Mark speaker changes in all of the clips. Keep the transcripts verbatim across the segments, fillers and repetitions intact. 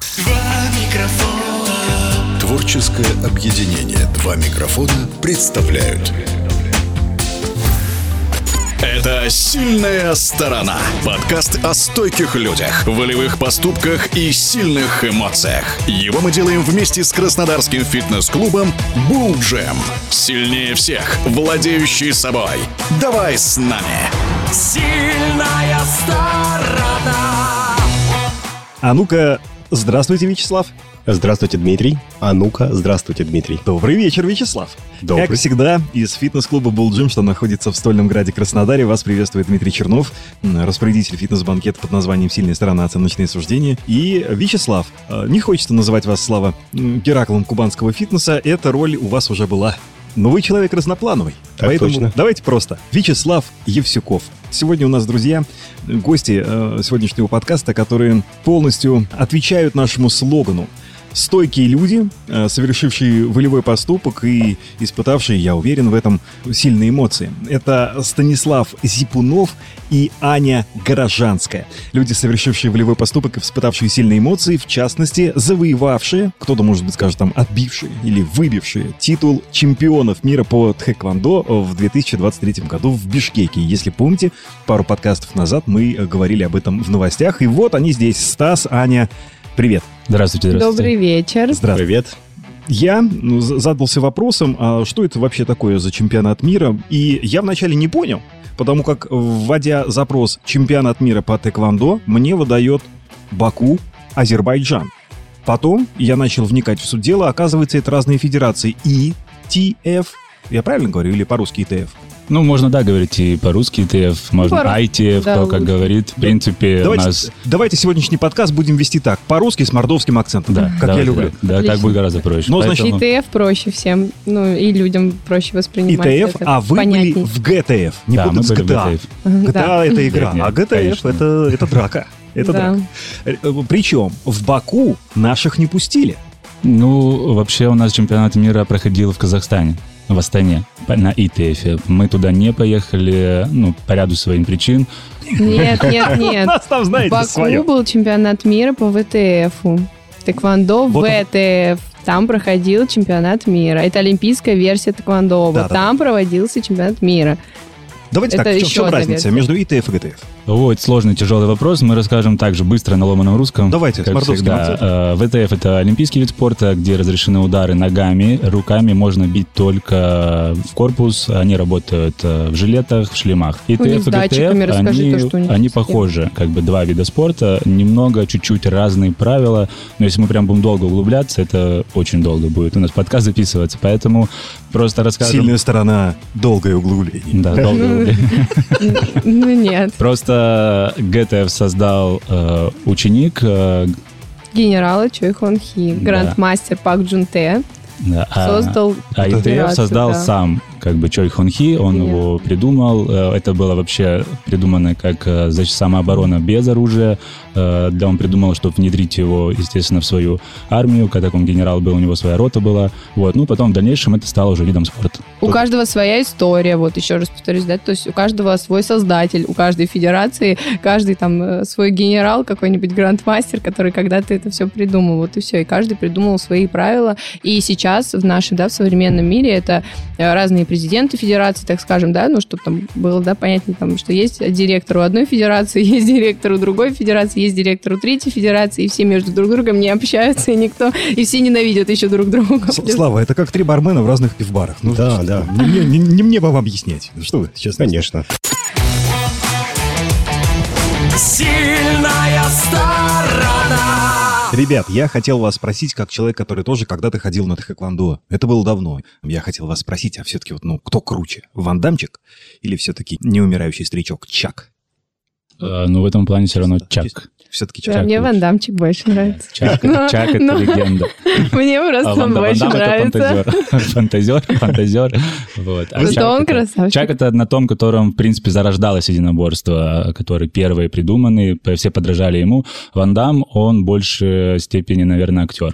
Speaker 1: Два микрофона.
Speaker 2: Творческое объединение «Два микрофона» представляют. Это «Сильная сторона». Подкаст о стойких людях, волевых поступках и сильных эмоциях. Его мы делаем вместе с краснодарским фитнес-клубом Bull Gym. Сильнее всех, владеющий собой. Давай с нами.
Speaker 1: Сильная сторона.
Speaker 3: А ну-ка, здравствуйте, Вячеслав.
Speaker 4: Здравствуйте, Дмитрий. А ну-ка, здравствуйте, Дмитрий.
Speaker 3: Добрый вечер, Вячеслав.
Speaker 4: Добрый.
Speaker 3: Как всегда, из фитнес-клуба Bull Gym, что находится в Стольном Граде, Краснодаре, вас приветствует Дмитрий Чернов, распорядитель фитнес-банкета под названием «Сильная сторона. Оценочные суждения». И, Вячеслав, не хочется называть вас, Слава, Гераклом кубанского фитнеса, эта роль у вас уже была. Но вы человек разноплановый.
Speaker 4: Так
Speaker 3: Поэтому
Speaker 4: точно.
Speaker 3: Давайте просто. Вячеслав Евсюков. Сегодня у нас, друзья, гости э, сегодняшнего подкаста, которые полностью отвечают нашему слогану. Стойкие люди, э, совершившие волевой поступок и испытавшие, я уверен в этом, сильные эмоции. Это Станислав Зипунов и Аня Горожанская. Люди, совершившие волевой поступок и испытавшие сильные эмоции, в частности, завоевавшие, кто-то, может быть, скажет, там, отбившие или выбившие титул чемпионов мира по тхэквондо в две тысячи двадцать третьем году в Бишкеке. Если помните, пару подкастов назад мы говорили об этом в новостях. И вот они здесь. Стас, Аня, привет.
Speaker 5: Здравствуйте, здравствуйте.
Speaker 6: Добрый вечер.
Speaker 3: Здравствуйте.
Speaker 4: Привет.
Speaker 3: Я ну, задался вопросом, а что это вообще такое за чемпионат мира? И я вначале не понял, потому как, вводя запрос «чемпионат мира по тэквондо», мне выдает Баку, Азербайджан. Потом я начал вникать в суть дела, оказывается, это разные федерации. И Ти Эф, я правильно говорю, или по-русски И Тэ Эф?
Speaker 5: Ну, можно, да, говорить и по-русски И Тэ Эф, можно
Speaker 6: по-русски,
Speaker 5: Ай Ти Эф,
Speaker 6: да,
Speaker 5: кто как
Speaker 6: лучше.
Speaker 5: говорит. В принципе,
Speaker 3: Давайте,
Speaker 5: у нас...
Speaker 3: давайте сегодняшний подкаст будем вести так, по-русски с мордовским акцентом,
Speaker 5: Да,
Speaker 3: как я
Speaker 5: давайте,
Speaker 3: люблю.
Speaker 5: Да, да,
Speaker 6: Отлично.
Speaker 5: так будет гораздо проще.
Speaker 3: Ну, значит,
Speaker 5: Поэтому-
Speaker 6: И Тэ Эф проще всем, ну и людям проще
Speaker 3: И
Speaker 6: воспринимать.
Speaker 3: Тэ Эф,
Speaker 6: это
Speaker 3: а вы
Speaker 6: понятней.
Speaker 3: были в Джи Ти Эф, не
Speaker 5: Да, мы
Speaker 3: путать с
Speaker 5: были в
Speaker 3: Джи Ти Эй.
Speaker 5: Джи Ти Эф.
Speaker 3: Джи Ти Эй это игра,
Speaker 5: Нет,
Speaker 3: а
Speaker 5: нет,
Speaker 3: Джи Ти Эф
Speaker 5: конечно.
Speaker 3: это, это драка. Это
Speaker 6: Да.
Speaker 3: драка. Э, Причем в Баку наших не пустили.
Speaker 5: Ну, вообще у нас чемпионат мира проходил в Казахстане, в Астане, по- на И Тэ Эф. Мы туда не поехали, ну, по ряду своих причин.
Speaker 6: Нет, нет, нет.
Speaker 3: Нас там,
Speaker 6: В
Speaker 3: знаете,
Speaker 6: Баку
Speaker 3: свое.
Speaker 6: был чемпионат мира по вэ тэ эфу. Тэквондо
Speaker 3: Вот
Speaker 6: вэ тэ эф. Там проходил чемпионат мира. Это олимпийская версия тэквондо.
Speaker 3: Да,
Speaker 6: Вот
Speaker 3: да,
Speaker 6: там проводился чемпионат мира.
Speaker 3: Давайте
Speaker 6: Это
Speaker 3: так, в чем, в
Speaker 6: еще
Speaker 3: чем
Speaker 6: одна
Speaker 3: разница
Speaker 6: версия.
Speaker 3: между И Тэ Эф и Джи Ти Эф?
Speaker 5: Вот, сложный, тяжелый вопрос. Мы расскажем также быстро на ломаном русском.
Speaker 3: Давайте, с
Speaker 5: как
Speaker 3: мордовским
Speaker 5: всегда.
Speaker 3: акцентом.
Speaker 5: Э, вэ тэ эф — это олимпийский вид спорта, где разрешены удары ногами, руками можно бить только в корпус. Они работают э, в жилетах, в шлемах. И
Speaker 6: Ну,
Speaker 5: Тэ
Speaker 6: не
Speaker 5: Эф
Speaker 6: с
Speaker 5: и Джи Ти
Speaker 6: датчиками,
Speaker 5: Эф,
Speaker 6: расскажи
Speaker 5: они,
Speaker 6: то, что у них
Speaker 5: они
Speaker 6: есть.
Speaker 5: похожи, как бы два вида спорта, немного, чуть-чуть разные правила. Но если мы прям будем долго углубляться, это очень долго будет у нас подкаст записываться, поэтому просто расскажем.
Speaker 3: Сильная сторона, долгое углубление.
Speaker 5: Да, долго углубляться.
Speaker 6: Ну нет.
Speaker 5: Просто Джи Ти Эф создал э, ученик, э,
Speaker 6: Генерала Чой Хон Хи,
Speaker 5: Да.
Speaker 6: грандмастер Пак Джун Тэ,
Speaker 5: да, а-
Speaker 6: создал
Speaker 5: А И Тэ Эф
Speaker 6: федерацию,
Speaker 5: создал
Speaker 6: да.
Speaker 5: сам, как бы, Чой Хон Хи, он
Speaker 6: Нет.
Speaker 5: его придумал. Э, Это было вообще придумано как э, защ- самооборона без оружия. Э, Да, он придумал, чтобы внедрить его, естественно, в свою армию. Когда он генерал был, у него своя рота была. Вот. Ну, потом в дальнейшем это стало уже видом спорта.
Speaker 6: У каждого своя история, вот еще раз повторюсь, да, то есть у каждого свой создатель, у каждой федерации, каждый там э, свой генерал, какой-нибудь грандмастер, который когда-то это все придумал, вот и все, и каждый придумал свои правила, и сейчас в нашем, да, в современном мире это э, разные президенты федерации, так скажем, да, ну, чтобы там было, да, понятнее, там, что есть директор у одной федерации, есть директор у другой федерации, есть директор у третьей федерации, и все между друг другом не общаются, и никто, и все ненавидят еще друг друга.
Speaker 3: С- Слава, это как три бармена в разных пивбарах. Ну,
Speaker 4: Да,
Speaker 3: что-
Speaker 4: да.
Speaker 3: Не, мне- не- не мне вам объяснять. Что вы, честно?
Speaker 4: Конечно.
Speaker 1: Сильная сторона.
Speaker 3: Ребят, я хотел вас спросить, как человек, который тоже когда-то ходил на тхэквондо. Это было давно. Я хотел вас спросить, а все-таки вот, ну, кто круче? Ван Дамчик или все-таки неумирающий старичок Чак?
Speaker 5: Э, Но в этом плане все равно Чак.
Speaker 3: Все-таки
Speaker 6: Да,
Speaker 3: Чак.
Speaker 6: мне Ван Дамчик больше нравится.
Speaker 5: Чак,
Speaker 6: Ну,
Speaker 5: Чак это
Speaker 6: ну.
Speaker 5: легенда.
Speaker 6: Мне просто
Speaker 5: А
Speaker 6: он
Speaker 5: Ван Дам-
Speaker 6: больше
Speaker 5: Ван Дам это
Speaker 6: нравится.
Speaker 5: фантазер. Фантазер, фантазер. Вот. А
Speaker 6: Зато
Speaker 5: Чак
Speaker 6: он
Speaker 5: это-
Speaker 6: красавчик.
Speaker 5: Чак это на том, котором, в принципе, зарождалось единоборство, который первые придуманный, все подражали ему. Ван Дам, он в большей степени, наверное, актер.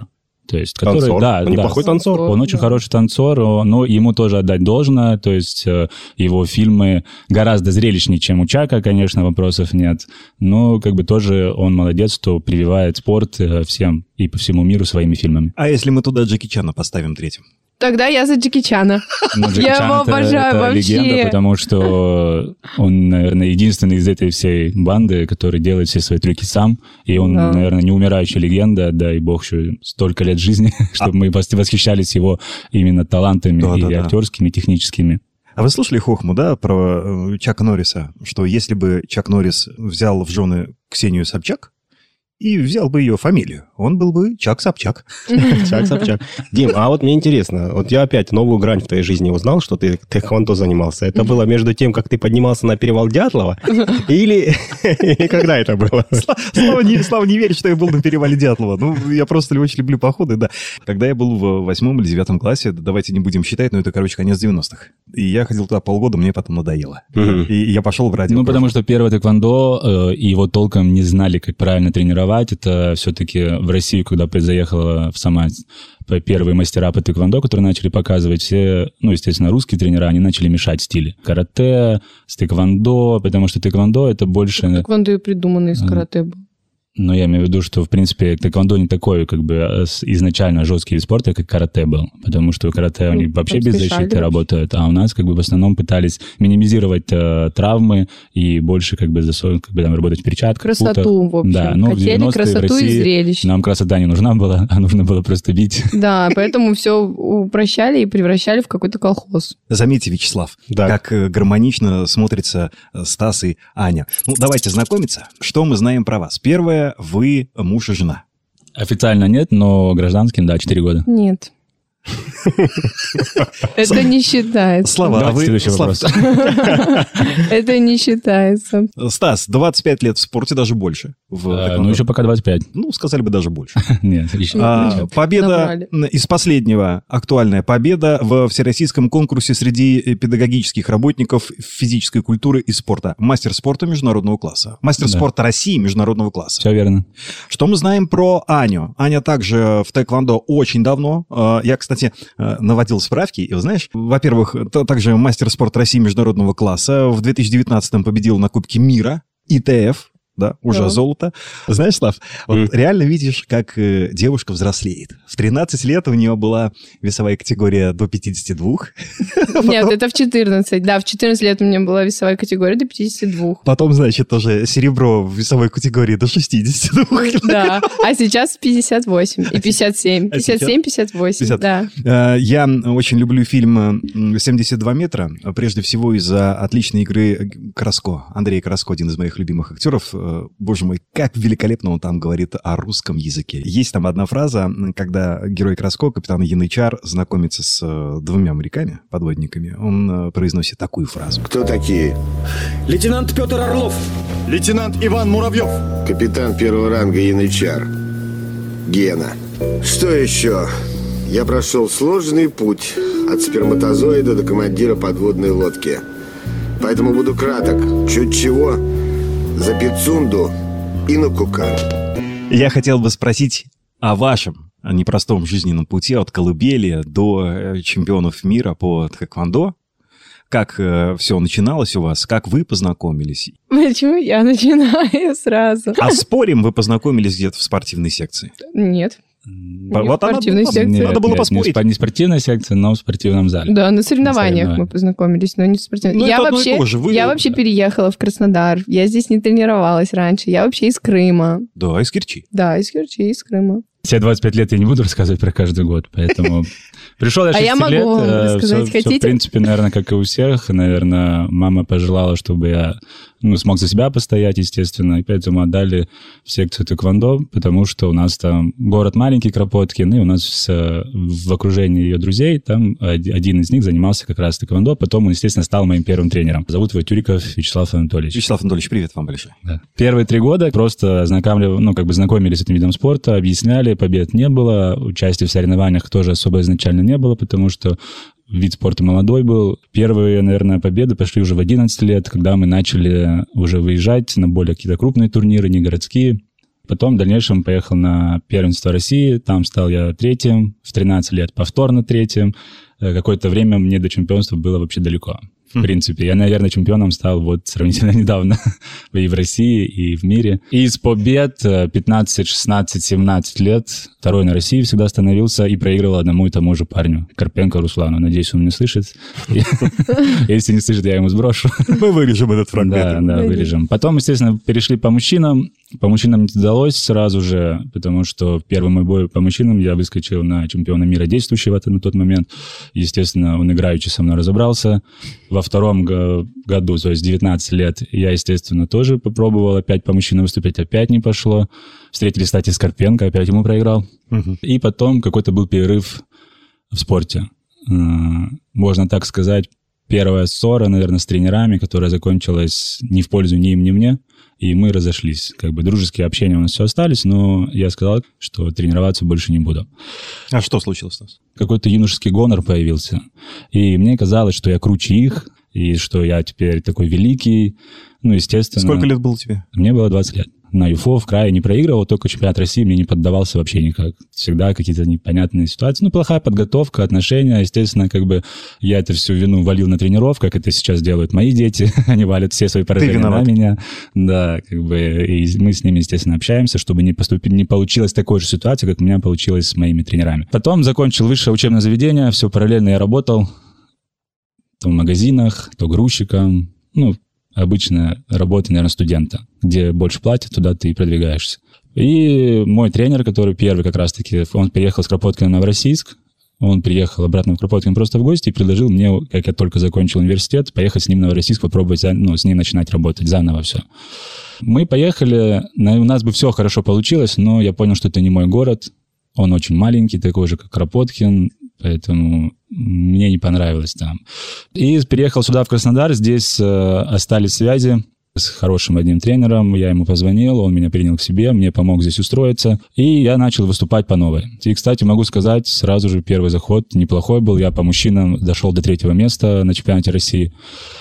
Speaker 5: То есть, который,
Speaker 4: танцор?
Speaker 5: да,
Speaker 4: Он
Speaker 5: да,
Speaker 4: неплохой танцор?
Speaker 5: Он очень
Speaker 6: да.
Speaker 5: хороший танцор, но ему тоже отдать должное. То есть его фильмы гораздо зрелищнее, чем у Чака, конечно, вопросов нет. Но как бы тоже он молодец, что прививает спорт всем и по всему миру своими фильмами.
Speaker 3: А если мы туда Джеки Чана поставим третьим?
Speaker 6: Тогда я за Джеки Чана.
Speaker 5: Ну, Джеки
Speaker 6: Я
Speaker 5: Чан
Speaker 6: его
Speaker 5: это-
Speaker 6: обожаю
Speaker 5: это
Speaker 6: вообще.
Speaker 5: легенда, потому что он, наверное, единственный из этой всей банды, который делает все свои трюки сам. И он,
Speaker 6: Да.
Speaker 5: наверное, неумирающая легенда, дай бог, еще столько лет жизни, чтобы мы вос- восхищались его именно талантами
Speaker 3: Да,
Speaker 5: и
Speaker 3: да, да.
Speaker 5: актерскими, и техническими.
Speaker 3: А вы слышали хохму, да, про э, Чака Норриса, что если бы Чак Норрис взял в жены Ксению Собчак и взял бы ее фамилию, он был бы Чак Собчак.
Speaker 4: Чак, Собчак. Дим, а вот мне интересно, вот я опять новую грань в твоей жизни узнал, что ты тэквондо занимался. Это было между тем, как ты поднимался на перевал Дятлова, или или когда это было?
Speaker 3: Слава не, Слава не верит, что я был на перевале Дятлова. Ну, я просто очень люблю походы, да. Когда я был в восьмом или девятом классе, да, давайте не будем считать, но это, короче, конец девяностых. И я ходил туда полгода, мне потом надоело.
Speaker 4: Мгм.
Speaker 3: И я пошел в радио.
Speaker 5: Ну, потому что первое тэквондо, э, его толком не знали, как правильно тренировать. Это все-таки в Россию, когда заехала в сама первые мастера по тэквондо, которые начали показывать, все, ну, естественно, русские тренера, они начали мешать стили. Карате с тэквондо, потому что тэквондо это больше...
Speaker 6: Тэквондо и придуманный из карате был.
Speaker 5: Ну, я имею в виду, что, в принципе, тэквондо не такой, как бы, изначально жесткий вид спорта, как карате был. Потому что карате, они
Speaker 6: Ну,
Speaker 5: вообще
Speaker 6: там
Speaker 5: без
Speaker 6: смешали
Speaker 5: защиты
Speaker 6: вообще.
Speaker 5: работают, а у нас, как бы, в основном пытались минимизировать э, травмы и больше, как бы, засо- как бы, там, работать в перчатках, путах.
Speaker 6: Красоту, в общем.
Speaker 5: Да, ну, в
Speaker 6: Хотели
Speaker 5: девяностые в
Speaker 6: красоту и
Speaker 5: России
Speaker 6: зрелище.
Speaker 5: Нам красота не нужна была, а нужно было просто бить.
Speaker 6: Да, поэтому все упрощали и превращали в какой-то колхоз.
Speaker 3: Заметьте, Вячеслав,
Speaker 4: Да.
Speaker 3: как э, гармонично смотрится э, Стас и Аня. Ну, давайте знакомиться. Что мы знаем про вас? Первое, вы муж и жена.
Speaker 5: Официально нет, но гражданским, да, четыре года.
Speaker 6: Нет. Это не считается.
Speaker 3: Слава, а
Speaker 5: Давайте
Speaker 3: вы...
Speaker 5: следующий
Speaker 3: Слав,
Speaker 5: вопрос.
Speaker 6: Это не считается.
Speaker 3: Стас, двадцать пять лет в спорте, даже больше. В
Speaker 5: Э,
Speaker 3: тэквондо.
Speaker 5: Ну, еще пока двадцать пять.
Speaker 3: Ну, сказали бы даже больше.
Speaker 5: Нет, еще.
Speaker 3: А, победа
Speaker 6: Набрали.
Speaker 3: из последнего, актуальная победа в всероссийском конкурсе среди педагогических работников физической культуры и спорта. Мастер спорта международного класса. Мастер
Speaker 5: Да.
Speaker 3: спорта России международного класса.
Speaker 5: Все верно.
Speaker 3: Что мы знаем про Аню? Аня также в тэквондо очень давно. Э, Я, кстати, э, наводил справки. И, вы знаешь, во-первых, та- также мастер спорта России международного класса. В две тысячи девятнадцатом победил на Кубке мира. И Т Ф. Да, уже
Speaker 6: Да.
Speaker 3: золото. Знаешь, Слав, вот
Speaker 4: Мгм.
Speaker 3: реально видишь, как э, девушка взрослеет. В тринадцать лет у нее была весовая категория до пятидесяти двух.
Speaker 6: Нет, это в четырнадцать. Да, в четырнадцать лет у меня была весовая категория до пятидесяти двух.
Speaker 3: Потом, значит, тоже серебро в весовой категории до шестидесяти двух.
Speaker 6: Да, а сейчас пятьдесят восемь и пятьдесят семь.
Speaker 3: А
Speaker 6: пятьдесят семь, пятьдесят восемь,
Speaker 3: пятьдесят.
Speaker 6: да.
Speaker 3: Э, Я очень люблю фильм м, «семьдесят два метра», прежде всего из-за отличной игры Краско. Андрей Краско, один из моих любимых актеров. Э, Боже мой, как великолепно он там говорит о русском языке. Есть там одна фраза, м, когда герой Краско, капитан Янычар, знакомится с э, двумя моряками, подводниками. Он э, произносит такую фразу.
Speaker 7: Кто такие?
Speaker 1: Лейтенант Петр Орлов.
Speaker 8: Лейтенант Иван Муравьев.
Speaker 7: Капитан первого ранга Янычар. Гена. Что еще? Я прошел сложный путь от сперматозоида до командира подводной лодки. Поэтому буду краток. Чуть чего, за Пицунду и на Кукан.
Speaker 3: Я хотел бы спросить о вашем непростом жизненном пути от колыбели до э, чемпионов мира по тэквондо. Как э, все начиналось у вас? Как вы познакомились?
Speaker 6: Почему я начинаю сразу?
Speaker 3: А спорим, вы познакомились где-то в спортивной секции?
Speaker 6: Нет.
Speaker 3: Вот
Speaker 6: Не в
Speaker 3: она-
Speaker 6: спортивной
Speaker 3: вот-
Speaker 6: секции.
Speaker 3: Надо было
Speaker 5: нет,
Speaker 3: поспорить.
Speaker 5: Не, в спо- не спортивной секции, но в спортивном зале.
Speaker 6: Да, на соревнованиях
Speaker 5: соревнованиях.
Speaker 6: мы познакомились, но не в спортивном.
Speaker 3: Ну,
Speaker 6: я
Speaker 3: это одно и
Speaker 6: вообще,
Speaker 3: то же. Вы-
Speaker 6: я вообще переехала в Краснодар. Я здесь не тренировалась раньше. Я вообще из Крыма.
Speaker 3: Да, из Керчи.
Speaker 6: Да, из Керчи, из Крыма.
Speaker 5: Все двадцать пять лет я не буду рассказывать про каждый год, поэтому... Пришел я
Speaker 6: А
Speaker 5: шести
Speaker 6: я могу
Speaker 5: лет,
Speaker 6: вам
Speaker 5: э,
Speaker 6: рассказать.
Speaker 5: всё- всё,
Speaker 6: Хотите?
Speaker 5: в принципе, наверное, как и у всех. Наверное, мама пожелала, чтобы я ну, смог за себя постоять, естественно, и поэтому отдали в секцию тэквондо, потому что у нас там город маленький, Кропоткин, и у нас э, в окружении ее друзей там од- один из них занимался как раз тэквондо, потом он, естественно, стал моим первым тренером. Зовут его Тюриков Вячеслав Анатольевич.
Speaker 3: Вячеслав Анатольевич, привет вам большой.
Speaker 5: Да. Первые три года просто ознакомили, ну, как бы знакомились с этим видом спорта, объясняли, побед не было, участия в соревнованиях тоже особо изначально не было, потому что вид спорта молодой был. Первые, наверное, победы пошли уже в одиннадцать лет, когда мы начали уже выезжать на более какие-то крупные турниры, не городские. Потом в дальнейшем поехал на первенство России, там стал я третьим, в тринадцать лет повторно третьим. Какое-то время мне до чемпионства было вообще далеко. В принципе, я, наверное, чемпионом стал вот сравнительно недавно и в России, и в мире. Из побед пятнадцать, шестнадцать, семнадцать лет второй на России всегда становился и проигрывал одному и тому же парню, Карпенко Руслану. Надеюсь, он меня слышит. Если не слышит, я ему сброшу.
Speaker 3: Мы вырежем этот фрагмент.
Speaker 5: Да, да, вырежем. Потом, естественно, перешли по мужчинам. По мужчинам не удалось сразу же, потому что первый мой бой по мужчинам я выскочил на чемпиона мира действующего на тот момент. Естественно, он играючи со мной разобрался. Во втором году, то есть девятнадцать лет, я, естественно, тоже попробовал опять по мужчинам выступить, опять не пошло. Встретились, кстати, с Карпенко, опять ему проиграл. Угу. И потом какой-то был перерыв в спорте. Можно так сказать, первая ссора, наверное, с тренерами, которая закончилась не в пользу ни им, ни мне. И мы разошлись. Как бы дружеские общения у нас все остались, но я сказал, что тренироваться больше не буду.
Speaker 3: А что случилось у нас?
Speaker 5: Какой-то юношеский гонор появился. И мне казалось, что я круче их, и что я теперь такой великий. Ну, естественно...
Speaker 3: Сколько лет было тебе?
Speaker 5: Мне было двадцать лет. На ЮФО в крае не проигрывал, только чемпионат России мне не поддавался вообще никак. Всегда какие-то непонятные ситуации. Ну, плохая подготовка, отношения. Естественно, как бы я эту всю вину валил на тренеров, как это сейчас делают мои дети. Они валят все свои поражения на меня. Да, как бы и мы с ними, естественно, общаемся, чтобы не поступить, не получилось такой же ситуации, как у меня получилось с моими тренерами. Потом закончил высшее учебное заведение, все параллельно я работал. То в магазинах, то грузчиком. Ну, обычно работа, наверное, студента. Где больше платят, туда ты и продвигаешься. И мой тренер, который первый как раз-таки, он переехал с Кропоткина в Новороссийск. Он приехал обратно в Кропоткин просто в гости и предложил мне, как я только закончил университет, поехать с ним в Новороссийск, попробовать, ну, с ним начинать работать заново все. Мы поехали, у нас бы все хорошо получилось, но я понял, что это не мой город. Он очень маленький, такой же, как Кропоткин, поэтому мне не понравилось там. И переехал сюда, в Краснодар, здесь э, остались связи с хорошим одним тренером, я ему позвонил, он меня принял к себе, мне помог здесь устроиться, и я начал выступать по новой. И, кстати, могу сказать, сразу же первый заход неплохой был, я по мужчинам дошел до третьего места на чемпионате России,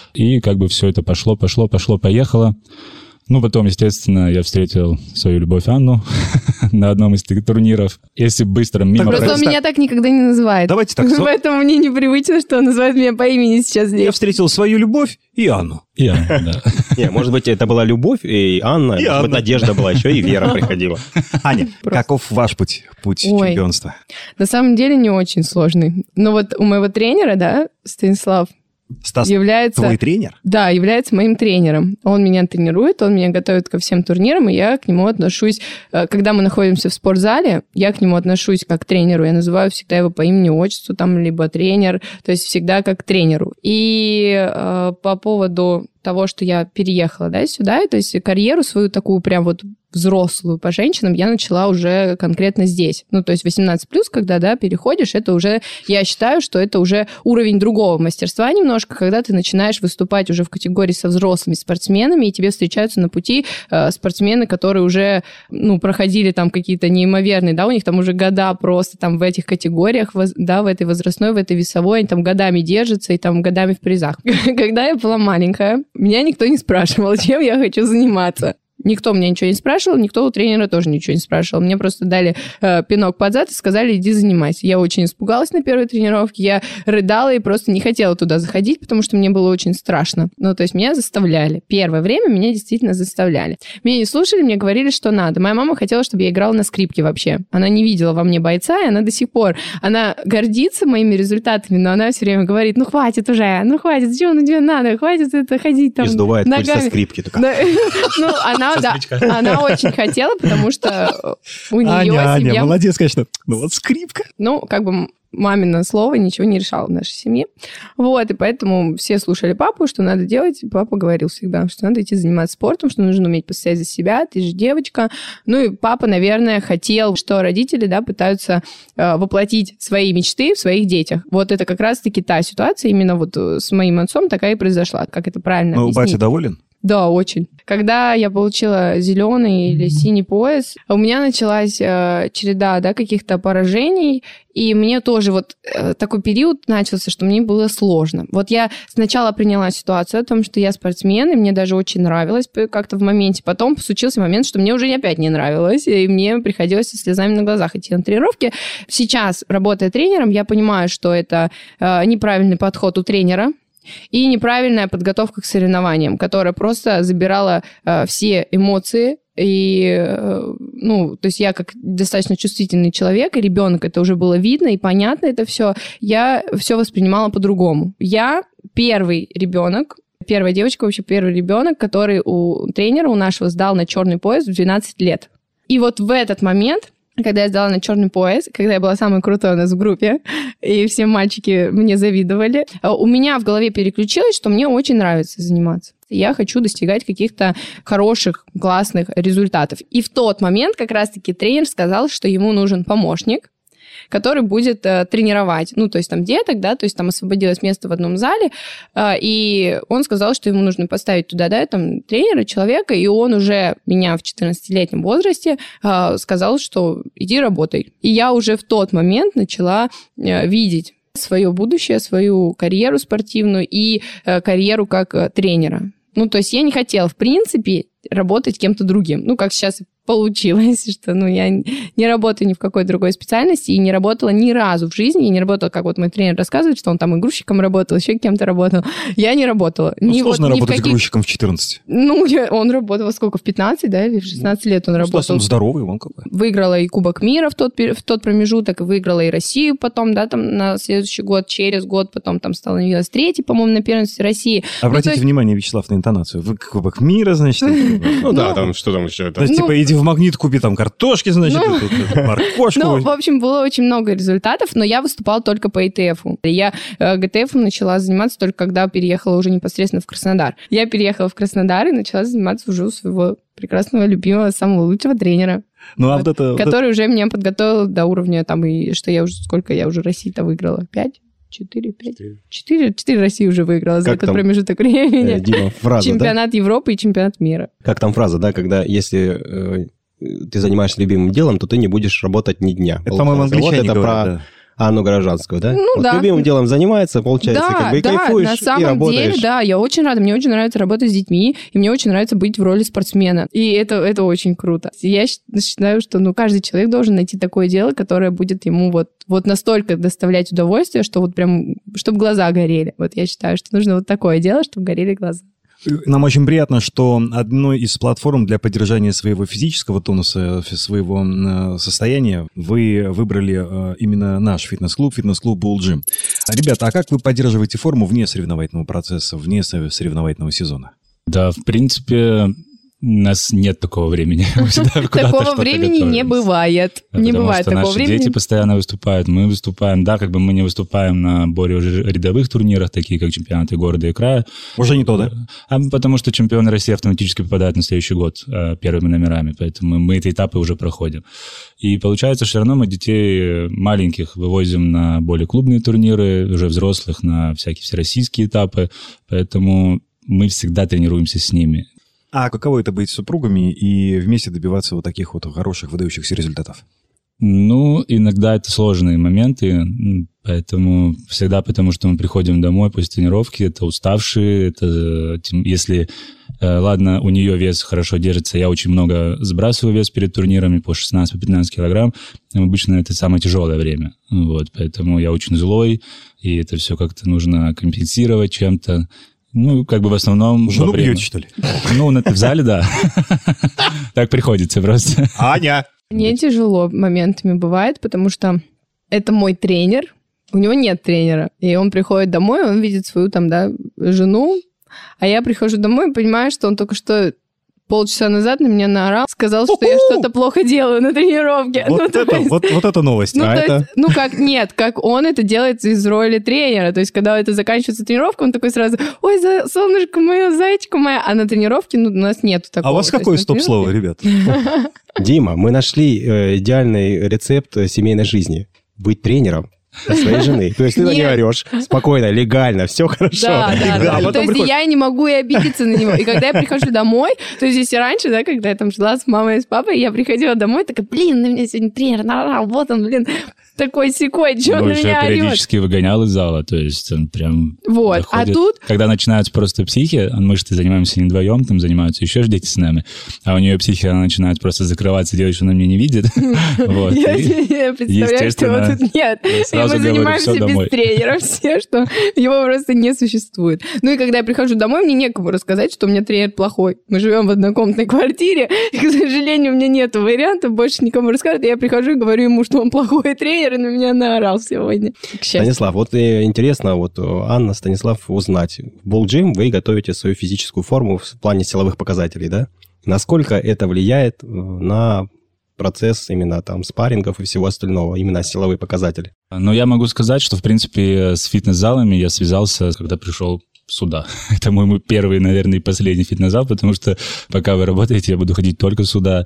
Speaker 5: и как бы все это пошло, пошло, пошло, поехало. Ну, потом, естественно, я встретил свою любовь Анну на одном из турниров. Если быстро мимо...
Speaker 6: Просто
Speaker 3: просто...
Speaker 6: он меня так никогда не называет.
Speaker 3: Давайте так.
Speaker 6: Поэтому мне непривычно, что он называет меня по имени сейчас здесь.
Speaker 3: Я встретил свою любовь и Анну.
Speaker 5: И Анну, да.
Speaker 4: Не, может быть, это была любовь и Анна,
Speaker 3: И
Speaker 4: может
Speaker 3: Анна.
Speaker 4: быть, Надежда была еще, и Вера приходила.
Speaker 3: Аня, каков ваш путь, путь
Speaker 6: Ой.
Speaker 3: чемпионства?
Speaker 6: На самом деле не очень сложный. Но вот у моего тренера, да, Станислав,
Speaker 3: Стас,
Speaker 6: является...
Speaker 3: твой тренер?
Speaker 6: Да, является моим тренером. Он меня тренирует, он меня готовит ко всем турнирам, и я к нему отношусь... Когда мы находимся в спортзале, я к нему отношусь как к тренеру. Я называю всегда его по имени-отчеству, там, либо тренер, то есть всегда как к тренеру. И э, по поводу того, что я переехала, да, сюда, то есть карьеру свою такую прям вот взрослую по женщинам я начала уже конкретно здесь. Ну, то есть восемнадцать плюс, когда, да, переходишь, это уже, я считаю, что это уже уровень другого мастерства немножко, когда ты начинаешь выступать уже в категории со взрослыми спортсменами, и тебе встречаются на пути э, спортсмены, которые уже, ну, проходили там какие-то неимоверные, да, у них там уже года просто там в этих категориях, воз, да, в этой возрастной, в этой весовой, они там годами держатся и там годами в призах. Когда я была маленькая, меня никто не спрашивал, чем я хочу заниматься. Никто меня ничего не спрашивал, никто у тренера тоже ничего не спрашивал. Мне просто дали э, пинок под зад и сказали, иди занимайся. Я очень испугалась на первой тренировке, я рыдала и просто не хотела туда заходить, потому что мне было очень страшно. Ну, то есть меня заставляли. Первое время меня действительно заставляли. Меня не слушали, мне говорили, что надо. Моя мама хотела, чтобы я играла на скрипке вообще. Она не видела во мне бойца, и она до сих пор, она гордится моими результатами, но она все время говорит, ну, хватит уже, ну, хватит, что, ну, тебе надо, хватит это ходить там
Speaker 4: И сдувает пыль со скрипки.
Speaker 6: Ну, она да, она очень хотела, потому что у нее
Speaker 3: Аня,
Speaker 6: семья...
Speaker 3: Аня, молодец, конечно. Ну вот скрипка.
Speaker 6: Ну, как бы мамино слово ничего не решало в нашей семье. Вот, и поэтому все слушали папу, что надо делать. Папа говорил всегда, что надо идти заниматься спортом, что нужно уметь постоять за себя, ты же девочка. Ну, и папа, наверное, хотел, что родители, да, пытаются э, воплотить свои мечты в своих детях. Вот это как раз-таки та ситуация, именно вот с моим отцом такая и произошла. Как это правильно
Speaker 3: Ну,
Speaker 6: объяснить?
Speaker 3: батя доволен?
Speaker 6: Да, очень. Когда я получила зеленый или синий пояс, у меня началась э, череда, да, каких-то поражений, и мне тоже вот э, такой период начался, что мне было сложно. Вот я сначала приняла ситуацию о том, что я спортсмен, и мне даже очень нравилось как-то в моменте. Потом случился момент, что мне уже опять не нравилось, и мне приходилось со слезами на глазах идти на тренировки. Сейчас, работая тренером, я понимаю, что это э, неправильный подход у тренера, и неправильная подготовка к соревнованиям, которая просто забирала э, все эмоции. И, э, ну, то есть я как достаточно чувствительный человек, и ребенок, это уже было видно и понятно это все, я все воспринимала по-другому. Я первый ребенок, первая девочка, вообще первый ребенок, который у тренера, у нашего сдал на черный пояс в двенадцать лет. И вот в этот момент... Когда я сдала на черный пояс, когда я была самой крутой у нас в группе, и все мальчики мне завидовали, у меня в голове переключилось, что мне очень нравится заниматься. Я хочу достигать каких-то хороших, классных результатов. И в тот момент как раз-таки тренер сказал, что ему нужен помощник, который будет э, тренировать, ну, то есть там деток, да, то есть там освободилось место в одном зале, э, и он сказал, что ему нужно поставить туда, да, там, тренера, человека, и он уже меня в четырнадцатилетнем возрасте э, сказал, что иди работай. И я уже в тот момент начала э, видеть свое будущее, свою карьеру спортивную и э, карьеру как э, тренера. Ну, то есть я не хотела, в принципе, работать кем-то другим. Ну, как сейчас получилось, что ну, я не работаю ни в какой другой специальности и не работала ни разу в жизни, и не работала, как вот мой тренер рассказывает, что он там и грузчиком работал, еще кем-то работал. Я не работала.
Speaker 3: Ну,
Speaker 6: ни
Speaker 3: сложно
Speaker 6: вот, ни
Speaker 3: работать
Speaker 6: в каких...
Speaker 3: грузчиком в четырнадцать.
Speaker 6: Ну, я, он работал сколько, в пятнадцать, да, или в шестнадцать лет он
Speaker 3: ну,
Speaker 6: работал.
Speaker 3: Он здоровый, он какой.
Speaker 6: Выиграла и Кубок мира в тот, в тот промежуток, и выиграла и Россию потом, да, там на следующий год, через год, потом там становилась третьей, по-моему, на первенстве России.
Speaker 3: Обратите
Speaker 6: ну, есть...
Speaker 3: внимание, Вячеслав, на интонацию. Вы Кубок мира, значит?
Speaker 4: Ну да, там что там еще?
Speaker 3: То есть, типа, иди в Магнит, купи там картошки, значит, моркошку.
Speaker 6: Ну, в общем, было очень много результатов, но я выступала только по и тэ эфу. Я гэ тэ эфом начала заниматься только когда переехала уже непосредственно в Краснодар. Я переехала в Краснодар и начала заниматься уже у своего прекрасного, любимого, самого лучшего тренера.
Speaker 3: Ну, а
Speaker 6: вот,
Speaker 3: вот это,
Speaker 6: который
Speaker 3: вот
Speaker 6: уже меня подготовил до уровня, там, и что я уже, сколько я уже России-то выиграла? Пять? Четыре, пять? Четыре, четыре России уже выиграла за этот
Speaker 4: там,
Speaker 6: промежуток времени.
Speaker 4: Э, Дима, фраза,
Speaker 6: чемпионат
Speaker 4: да?
Speaker 6: Европы и чемпионат мира.
Speaker 4: Как там фраза, да, когда если э, ты занимаешься любимым делом, то ты не будешь работать ни дня.
Speaker 3: Это, по-моему, англичане
Speaker 4: вот это
Speaker 3: говорят,
Speaker 4: про
Speaker 3: да.
Speaker 4: Анну Горожанскую, да?
Speaker 6: Ну,
Speaker 4: вот
Speaker 6: да.
Speaker 4: любимым делом занимается, получается,
Speaker 6: Да,
Speaker 4: как бы и
Speaker 6: да,
Speaker 4: кайфуешь,
Speaker 6: на
Speaker 4: и
Speaker 6: самом
Speaker 4: работаешь.
Speaker 6: деле, да, я очень рада. Мне очень нравится работать с детьми, и мне очень нравится быть в роли спортсмена. И это, это очень круто. Я считаю, что ну, каждый человек должен найти такое дело, которое будет ему вот, вот настолько доставлять удовольствие, что вот прям, чтобы глаза горели. Вот я считаю, что нужно вот такое дело, чтобы горели глаза.
Speaker 3: Нам очень приятно, что одной из платформ для поддержания своего физического тонуса, своего состояния вы выбрали именно наш фитнес-клуб, фитнес-клуб Bull Gym. Ребята, а как вы поддерживаете форму вне соревновательного процесса, вне соревновательного сезона?
Speaker 5: Да, в принципе, у нас нет такого времени.
Speaker 6: Такого времени не бывает. Не бывает такого времени.
Speaker 5: Наши дети постоянно выступают, мы выступаем. Да, как бы мы не выступаем на более уже рядовых турнирах, такие как чемпионаты города и края.
Speaker 3: Уже не то, да?
Speaker 5: А потому что чемпионы России автоматически попадают на следующий год первыми номерами, поэтому мы эти этапы уже проходим. И получается, все равно мы детей маленьких вывозим на более клубные турниры, уже взрослых на всякие всероссийские этапы, поэтому мы всегда тренируемся с ними.
Speaker 3: А каково это быть супругами и вместе добиваться вот таких вот хороших, выдающихся результатов?
Speaker 5: Ну, иногда это сложные моменты, поэтому всегда потому, что мы приходим домой после тренировки, это уставшие, это если, ладно, у нее вес хорошо держится, я очень много сбрасываю вес перед турнирами по шестнадцать-пятнадцать килограмм, обычно это самое тяжелое время, вот, поэтому я очень злой, и это все как-то нужно компенсировать чем-то. Ну, как бы в основном...
Speaker 3: Жену бьете, что ли?
Speaker 5: Ну, в зале, да. Так приходится просто.
Speaker 3: Аня!
Speaker 6: Мне тяжело моментами бывает, потому что это мой тренер, у него нет тренера, и он приходит домой, он видит свою там, да, жену, а я прихожу домой и понимаю, что он только что полчаса назад на меня наорал, сказал, что я что-то плохо делаю на тренировке.
Speaker 3: Вот,
Speaker 6: ну,
Speaker 3: это,
Speaker 6: есть,
Speaker 3: вот, вот это новость.
Speaker 6: Ну,
Speaker 3: а
Speaker 6: то
Speaker 3: это...
Speaker 6: есть, ну, как, нет, как он это делает из роли тренера. То есть, когда это заканчивается тренировка, он такой сразу, ой, за, солнышко мое, зайчка моя. А на тренировке, ну, у нас нету такого.
Speaker 3: А у вас какое стоп-слово, ребят?
Speaker 4: Дима, мы нашли идеальный рецепт семейной жизни. Быть тренером От своей жены. То есть ты на нее орешь спокойно, легально, все хорошо.
Speaker 6: Да, да, да.
Speaker 4: А
Speaker 6: То
Speaker 4: потом
Speaker 6: есть
Speaker 4: приходит-
Speaker 6: я не могу и обидеться на него. И когда я прихожу домой, то есть если раньше, да, когда я там жила с мамой и с папой, я приходила домой, такая, блин, на меня сегодня тренер наорал, вот он, блин, такой секой, что он
Speaker 5: Ну,
Speaker 6: на
Speaker 5: еще
Speaker 6: меня орет?
Speaker 5: периодически выгонял из зала, то есть он прям
Speaker 6: Вот, а
Speaker 5: доходит.
Speaker 6: тут...
Speaker 5: Когда начинаются просто психи, мы же занимаемся не вдвоем, там занимаются еще ж дети с нами, а у нее психи, она начинает просто закрываться, делать, что она меня не видит. Вот.
Speaker 6: Я
Speaker 5: И,
Speaker 6: я представляю, что его
Speaker 5: естественно,
Speaker 6: тут нет.
Speaker 5: я
Speaker 6: И
Speaker 5: сразу
Speaker 6: мы
Speaker 5: говорю,
Speaker 6: занимаемся
Speaker 5: «Всё,
Speaker 6: без
Speaker 5: домой».
Speaker 6: тренера все, что его просто не существует. Ну и когда я прихожу домой, мне некому рассказать, что у меня тренер плохой. Мы живем в однокомнатной квартире, и, к сожалению, у меня нет вариантов больше никому рассказать. Я прихожу и говорю ему, что он плохой тренер, и на меня наорал сегодня. К счастью.
Speaker 4: Станислав, вот э, интересно, вот э, Анна, Станислав, узнать. В Болджим вы готовите свою физическую форму в плане силовых показателей, да? Насколько это влияет э, на процесс именно там спаррингов и всего остального, именно силовые показатели?
Speaker 5: Но я могу сказать, что, в принципе, с фитнес-залами я связался, когда пришел сюда. Это мой, мой первый, наверное, и последний фитнес-зал, потому что пока вы работаете, я буду ходить только сюда.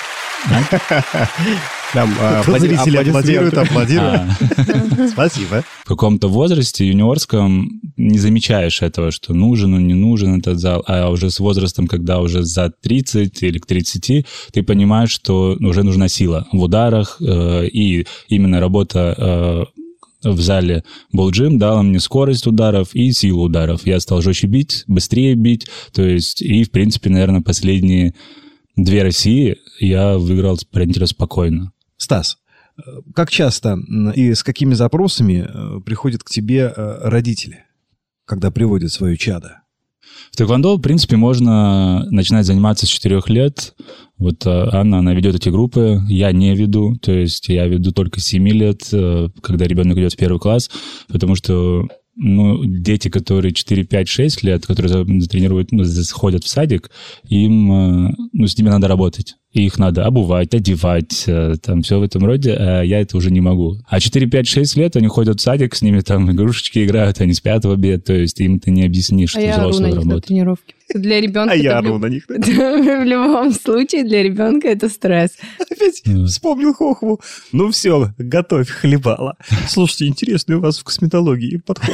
Speaker 4: Там, а,
Speaker 3: Кто
Speaker 4: аплади-
Speaker 3: зрители аплодируют,
Speaker 4: аплодисменты.
Speaker 3: аплодируют. Спасибо.
Speaker 5: В каком-то возрасте юниорском не замечаешь этого, что нужен он, не нужен этот зал, а уже с возрастом, когда уже за тридцать или к тридцати, ты понимаешь, что уже нужна сила в ударах, э, и именно работа э, в зале Болджим дала мне скорость ударов и силу ударов. Я стал жестче бить, быстрее бить, то есть, и, в принципе, наверное, последние две России я выиграл спринтера спокойно.
Speaker 3: Стас, э, как часто м, и с какими запросами э, приходят к тебе э, родители, когда приводят свое чадо?
Speaker 5: В тэквондо, в принципе, можно начинать заниматься с четырех лет. Вот э, Анна, она ведет эти группы, я не веду, то есть я веду только с семи лет, э, когда ребенок идет в первый класс, потому что ну, дети, которые четыре, пять, шесть лет, которые тренируют, ну, ходят в садик, им, э, ну, с ними надо работать. И их надо обувать, одевать, э, там все в этом роде, а я это уже не могу. А четыре, пять, шесть лет они ходят в садик, с ними там игрушечки играют, они спят в обед, то есть им ты не объяснишь,
Speaker 6: А
Speaker 5: что
Speaker 6: я ору на
Speaker 5: взрослая
Speaker 6: них на
Speaker 5: работа.
Speaker 6: тренировке. Для ребенка
Speaker 3: А я
Speaker 6: это в
Speaker 3: ору
Speaker 6: люб-
Speaker 3: на них.
Speaker 6: в любом случае для ребенка это стресс.
Speaker 3: Опять вспомнил хохву. Ну все, готовь хлебала. Слушайте, интересный у вас в косметологии подход.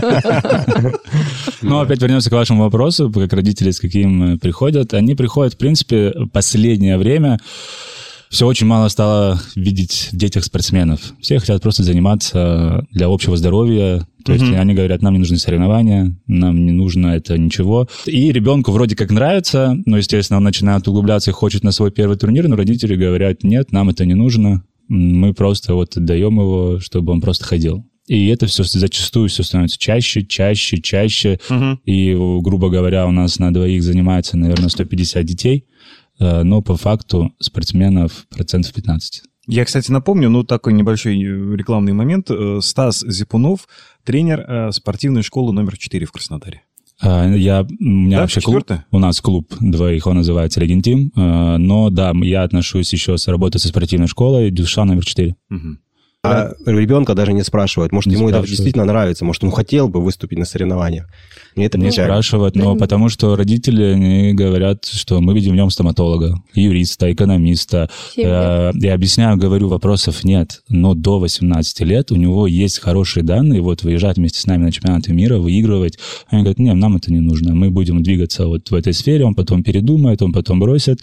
Speaker 5: Ну, опять вернемся к вашему вопросу, как родители с каким э, приходят. Они приходят, в принципе, последнее время. Все очень мало стало видеть в детях спортсменов. Все хотят просто заниматься для общего здоровья. То есть
Speaker 3: Мгм.
Speaker 5: они говорят, нам не нужны соревнования, нам не нужно это ничего. И ребенку вроде как нравится, но, естественно, он начинает углубляться и хочет на свой первый турнир, но родители говорят, нет, нам это не нужно. Мы просто вот отдаем его, чтобы он просто ходил. И это все зачастую все становится чаще, чаще, чаще.
Speaker 3: Мгм.
Speaker 5: И, грубо говоря, у нас на двоих занимается, наверное, сто пятьдесят детей, э, но по факту спортсменов процентов пятнадцать.
Speaker 3: Я, кстати, напомню, ну, такой небольшой э, рекламный момент. Э, Стас Зипунов, тренер э, спортивной школы номер четыре в Краснодаре.
Speaker 5: А, Я, у меня
Speaker 3: Да,
Speaker 5: вообще клуб,
Speaker 3: четвертое?
Speaker 5: у нас клуб двоих, он называется Легентим, э, но да, я отношусь еще с работы со спортивной школой, Дюша номер четыре.
Speaker 3: Мгм.
Speaker 4: А ребенка даже не спрашивают. Может,
Speaker 5: Не
Speaker 4: ему это
Speaker 5: спрашивают.
Speaker 4: действительно нравится. Может, он хотел бы выступить на соревнованиях. Мне это
Speaker 5: Не
Speaker 4: печально.
Speaker 5: спрашивают, но
Speaker 6: Да.
Speaker 5: потому что родители они говорят, что мы видим в нем стоматолога, юриста, экономиста.
Speaker 6: Семь лет.
Speaker 5: Э, Я объясняю, говорю, вопросов нет. Но до восемнадцати лет у него есть хорошие данные, вот выезжать вместе с нами на чемпионаты мира, выигрывать. Они говорят, нет, нам это не нужно. Мы будем двигаться вот в этой сфере, он потом передумает, он потом бросит.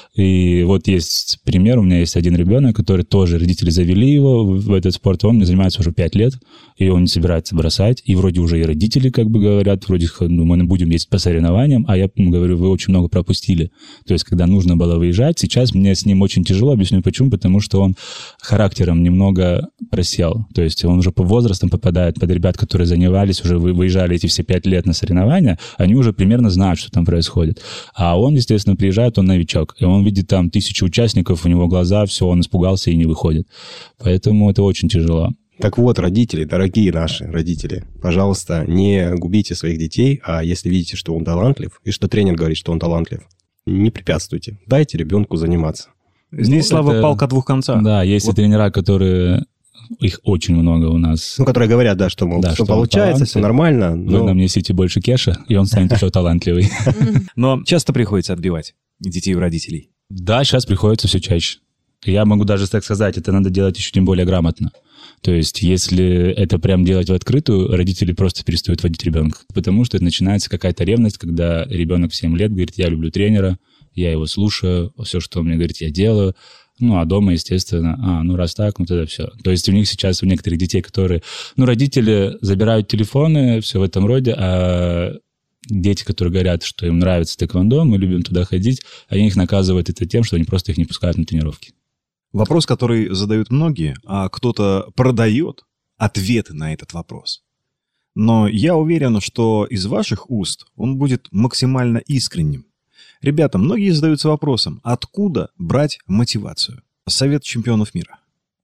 Speaker 5: И вот есть пример, у меня есть один ребенок, который тоже, родители завели его в в этот спорт, он мне занимается уже пять лет, и он не собирается бросать. И вроде уже и родители как бы говорят, вроде ну, мы будем ездить по соревнованиям, а я ему говорю, вы очень много пропустили. То есть, когда нужно было выезжать, сейчас мне с ним очень тяжело, объясню почему, потому что он характером немного просел. То есть он уже по возрастам попадает под ребят, которые занимались, уже вы- выезжали эти все пять лет на соревнования, они уже примерно знают, что там происходит. А он, естественно, приезжает, он новичок, и он видит там тысячу участников, у него глаза, все, он испугался и не выходит. Поэтому это очень тяжело.
Speaker 4: Так вот, родители, дорогие наши родители, пожалуйста, не губите своих детей, а если видите, что он талантлив, и что тренер говорит, что он талантлив, не препятствуйте. Дайте ребенку заниматься.
Speaker 3: Здесь,
Speaker 5: Ну,
Speaker 3: Слава,
Speaker 5: это-
Speaker 3: палка о двух концах.
Speaker 5: Да, есть
Speaker 3: Вот.
Speaker 5: и тренера, которые... Их очень много у нас.
Speaker 4: Ну, которые говорят, да, что, мол,
Speaker 5: Да,
Speaker 4: все
Speaker 5: что он
Speaker 4: получается, все
Speaker 5: талантлив.
Speaker 4: нормально,
Speaker 5: Вы
Speaker 4: но
Speaker 5: нам несите больше кеша, и он станет еще талантливый.
Speaker 3: Но часто приходится отбивать детей у родителей.
Speaker 5: Да, сейчас приходится все чаще. Я могу даже так сказать, это надо делать еще тем более грамотно. То есть, если это прям делать в открытую, родители просто перестают водить ребенка. Потому что это начинается какая-то ревность, когда ребенок в семь лет говорит, я люблю тренера, я его слушаю, все, что он мне говорит, я делаю. Ну, а дома, естественно, а, ну, раз так, ну, тогда все. То есть у них сейчас, у некоторых детей, которые... Ну, родители забирают телефоны, все в этом роде, а дети, которые говорят, что им нравится тэквондо, мы любим туда ходить, они их наказывают это тем, что они просто их не пускают на тренировки.
Speaker 3: Вопрос, который задают многие, а кто-то продает ответы на этот вопрос. Но я уверен, что из ваших уст он будет максимально искренним. Ребята, многие задаются вопросом, откуда брать мотивацию? Совет чемпионов мира.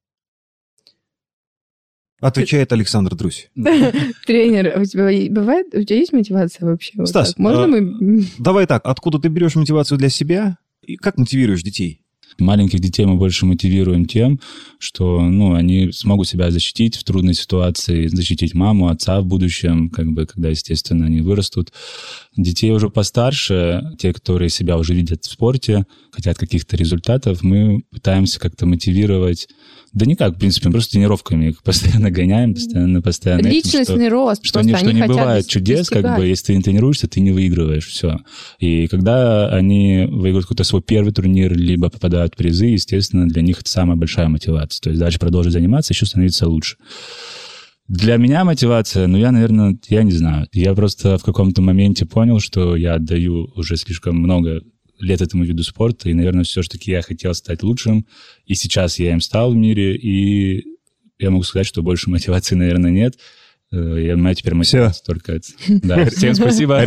Speaker 3: Отвечает Александр Друзь.
Speaker 6: Тренер, у тебя бывает, у тебя есть мотивация вообще?
Speaker 3: Стас,
Speaker 6: можно мы...
Speaker 3: Давай так, откуда ты берешь мотивацию для себя и как мотивируешь детей?
Speaker 5: Маленьких детей мы больше мотивируем тем, что, ну, они смогут себя защитить в трудной ситуации, защитить маму, отца в будущем, как бы, когда, естественно, они вырастут. Детей уже постарше, те, которые себя уже видят в спорте, хотят каких-то результатов, мы пытаемся как-то мотивировать. Да никак, в принципе, мы просто тренировками их постоянно гоняем, постоянно, постоянно.
Speaker 6: Личностный
Speaker 5: этим, что,
Speaker 6: рост.
Speaker 5: Что, не, что не бывает чудес, достигать. Как бы, если ты не тренируешься, ты не выигрываешь, все. И когда они выигрывают какой-то свой первый турнир, либо попадают в призы, естественно, для них это самая большая мотивация. То есть дальше продолжить заниматься, еще становиться лучше. Для меня мотивация, ну, я, наверное, я не знаю. Я просто в каком-то моменте понял, что я отдаю уже слишком много лет этому виду спорта, и, наверное, все-таки я хотел стать лучшим, и сейчас я им стал в мире, и я могу сказать, что больше мотивации, наверное, нет. Я, моя теперь мотивация
Speaker 3: Все.
Speaker 5: только это. Да, всем спасибо.